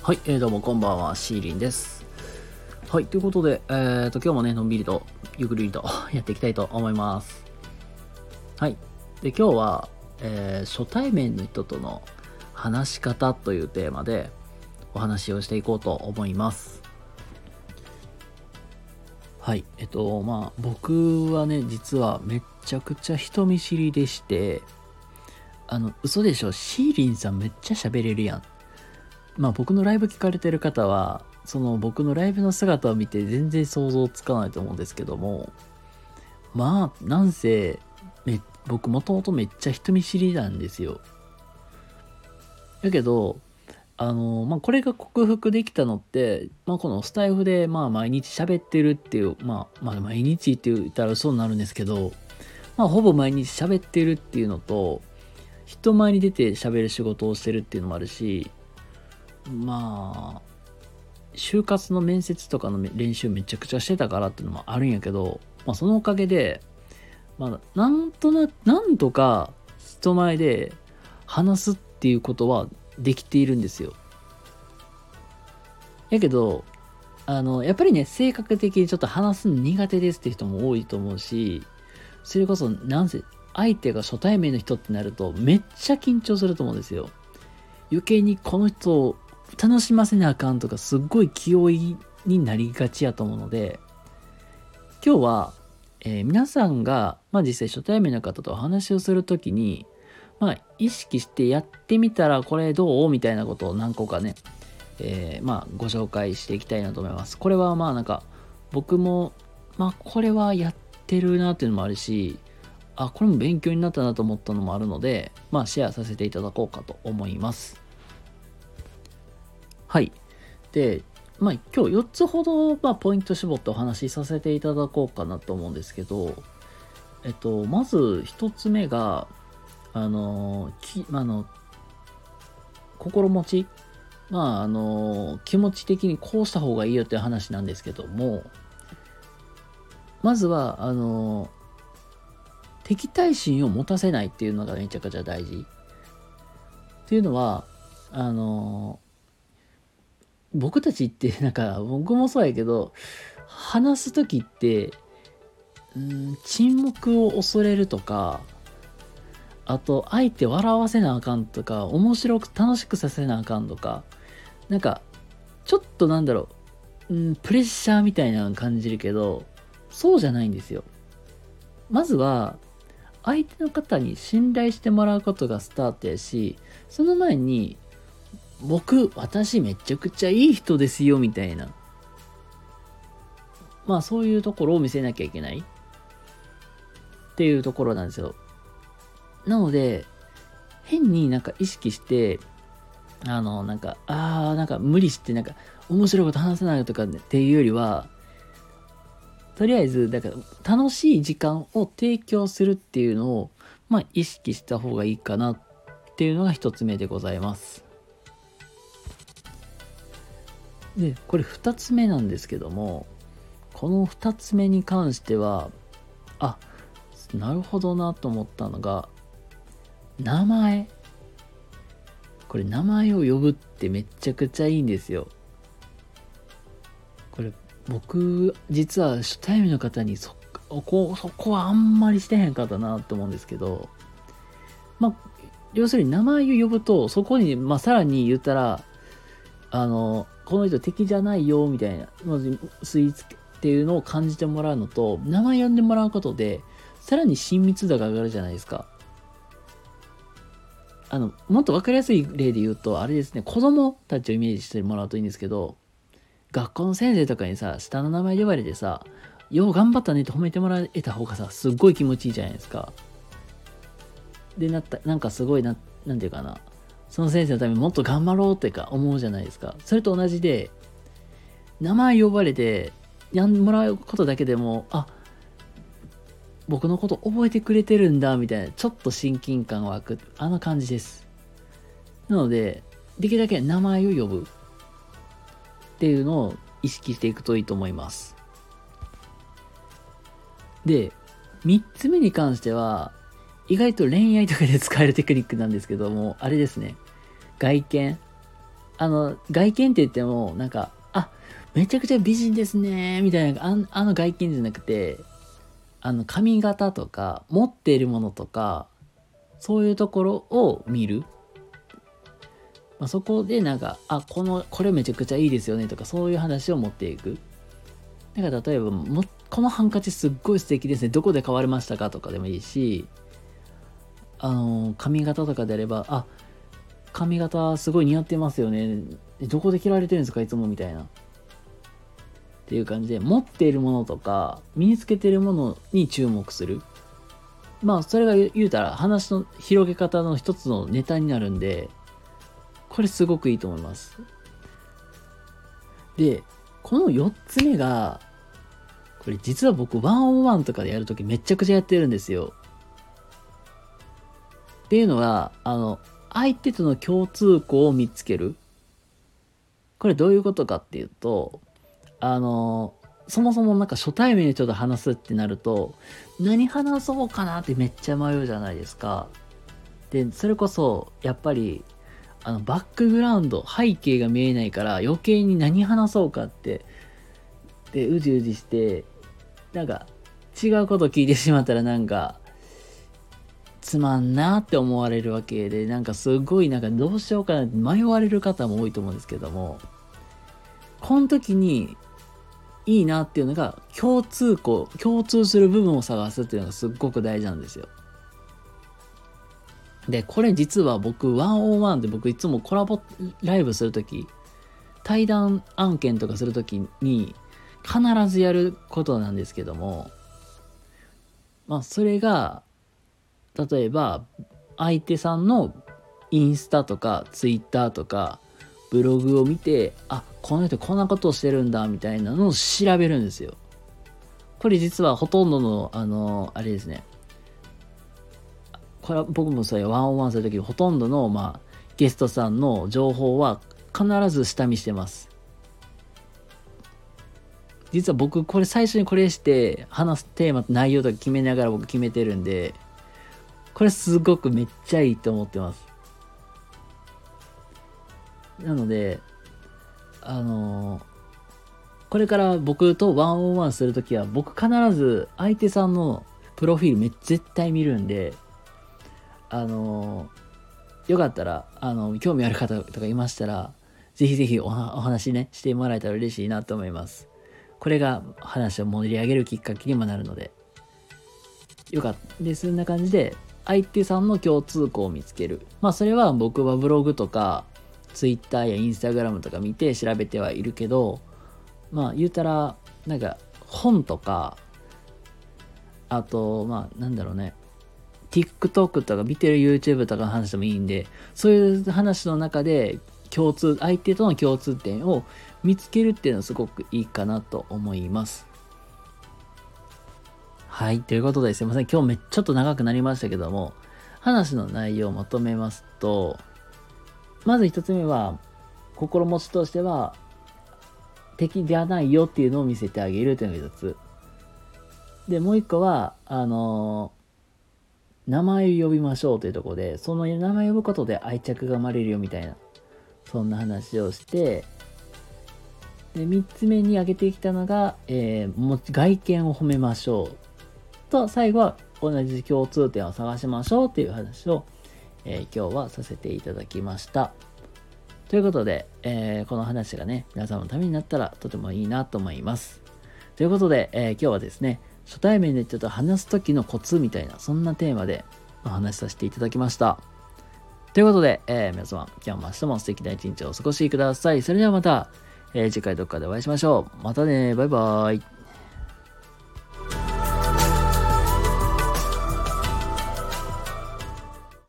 はい、どうもこんばんは、シーリンです。はい、ということで、今日もね、のんびりと、ゆっくりとやっていきたいと思います。はい。で、今日は、初対面の人との話し方というテーマでお話をしていこうと思います。はい。僕はね、実はめっちゃくちゃ人見知りでして、嘘でしょ、シーリンさんめっちゃ喋れるやん。僕のライブ聞かれてる方は、その僕のライブの姿を見て全然想像つかないと思うんですけども、なんせ、僕もともとめっちゃ人見知りなんですよ。だけど、これが克服できたのって、このスタイフで、毎日喋ってるっていう、毎日って言ったら嘘になるんですけど、ほぼ毎日喋ってるっていうのと、人前に出て喋る仕事をしてるっていうのもあるし、就活の面接とかの練習めちゃくちゃしてたからっていうのもあるんやけど、そのおかげで、なんとか人前で話すっていうことはできているんですよ。やけど、やっぱりね、性格的にちょっと話すの苦手ですって人も多いと思うし、それこそ、相手が初対面の人ってなると、めっちゃ緊張すると思うんですよ。余計にこの人を楽しませなあかんとか、すっごい気負いになりがちやと思うので、今日は、皆さんが、実際初対面の方とお話をするときに、意識してやってみたらこれどうみたいなことを何個かね、ご紹介していきたいなと思います。これは僕も、これはやってるなっていうのもあるし、これも勉強になったなと思ったのもあるので、シェアさせていただこうかと思います。はい。で、今日4つほど、ポイント絞ってお話しさせていただこうかなと思うんですけど、まず1つ目が、心持ち、気持ち的にこうした方がいいよっていう話なんですけども、まずは、敵対心を持たせないっていうのがめちゃくちゃ大事。っていうのは、僕たちって僕もそうやけど、話すときって、沈黙を恐れるとか、あと相手笑わせなあかんとか、面白く楽しくさせなあかんとか、ちょっとプレッシャーみたいなの感じるけど、そうじゃないんですよ。まずは、相手の方に信頼してもらうことがスタートやし、その前に、私めちゃくちゃいい人ですよ、みたいな。そういうところを見せなきゃいけないっていうところなんですよ。なので、変に意識して、無理して面白いこと話せないとかっていうよりは、とりあえず、楽しい時間を提供するっていうのを、意識した方がいいかなっていうのが一つ目でございます。で、これ二つ目なんですけども、この二つ目に関しては、なるほどなと思ったのが、名前。これ名前を呼ぶってめちゃくちゃいいんですよ。これ僕実は初対面の方にそこはあんまりしてへんかったなと思うんですけど、要するに名前を呼ぶとそこにさらに言ったらこの人敵じゃないよみたいなスイーツっていうのを感じてもらうのと、名前呼んでもらうことでさらに親密度が上がるじゃないですか。もっと分かりやすい例で言うと、あれですね、子供たちをイメージしてもらうといいんですけど、学校の先生とかにさ、下の名前呼ばれてさ、よう頑張ったねって褒めてもらえた方がさ、すっごい気持ちいいじゃないですか。で、すごいなんていうかな、その先生のためにもっと頑張ろうって思うじゃないですか。それと同じで、名前呼ばれて、もらうことだけでも、僕のこと覚えてくれてるんだみたいな、ちょっと親近感湧く感じです。なのでできるだけ名前を呼ぶっていうのを意識していくといいと思います。で、3つ目に関しては意外と恋愛とかで使えるテクニックなんですけども、あれですね、外見。 外見って言っても、なんか、めちゃくちゃ美人ですね、みたいな、外見じゃなくて、髪型とか、持っているものとか、そういうところを見る。そこでなんか、これめちゃくちゃいいですよねとか、そういう話を持っていく。だから例えば、このハンカチすっごい素敵ですね。どこで買われましたかとかでもいいし、髪型とかであれば、髪型すごい似合ってますよね。どこで着られてるんですかいつもみたいな。っていう感じで、持っているものとか、身につけているものに注目する。それが言うたら話の広げ方の一つのネタになるんで、これすごくいいと思います。で、この4つ目が、これ実は僕101とかでやるときめちゃくちゃやってるんですよ。っていうのは、相手との共通項を見つける。これどういうことかっていうと、そもそもなんか初対面でちょっと話すってなると、何話そうかなってめっちゃ迷うじゃないですか。で、それこそ、やっぱり、バックグラウンド、背景が見えないから余計に何話そうかって、で、うじうじして、なんか、違うこと聞いてしまったらなんか、つまんなって思われるわけで、なんかすごいなんかどうしようかなって迷われる方も多いと思うんですけども、この時にいいなっていうのが共通する部分を探すっていうのがすっごく大事なんですよ。で、これ実は僕101で僕いつもコラボライブするとき、対談案件とかするときに必ずやることなんですけども、それが例えば相手さんのインスタとかツイッターとかブログを見て、この人こんなことをしてるんだみたいなのを調べるんですよ。これ実はほとんどのあれですね。これは僕もそういうワンオンワンするときにほとんどのゲストさんの情報は必ず下見してます。実は僕これ最初にこれして話すテーマと内容とか決めながら僕決めてるんで、これすごくめっちゃいいと思ってます。なので、これから僕とワンオンワンするときは僕必ず相手さんのプロフィール絶対見るんで、よかったら、興味ある方とかいましたら、ぜひぜひお話ね、してもらえたら嬉しいなと思います。これが話を盛り上げるきっかけにもなるので、よかったで、そんな感じで、相手さんの共通項を見つける。それは僕はブログとか、ツイッターやインスタグラムとか見て調べてはいるけど、言うたら、なんか、本とか、あと、なんだろうね、TikTok とか見てる YouTube とかの話でもいいんで、そういう話の中で相手との共通点を見つけるっていうのはすごくいいかなと思います。はい、ということですいません。今日ちょっと長くなりましたけども、話の内容をまとめますと、まず一つ目は、心持ちとしては、敵じゃないよっていうのを見せてあげるというのが一つ。で、もう一個は、名前を呼びましょうというところで、その名前を呼ぶことで愛着が生まれるよみたいな、そんな話をして、で3つ目に挙げてきたのが、外見を褒めましょうと、最後は同じ共通点を探しましょうという話を、今日はさせていただきました。ということで、この話がね、皆さんのためになったらとてもいいなと思います。ということで、今日はですね、初対面でちょっと話す時のコツみたいな、そんなテーマでお話しさせていただきました。ということで、皆様、今日も明日も素敵な一日をお過ごしください。それではまた、次回どっかでお会いしましょう。またね、バイバーイ。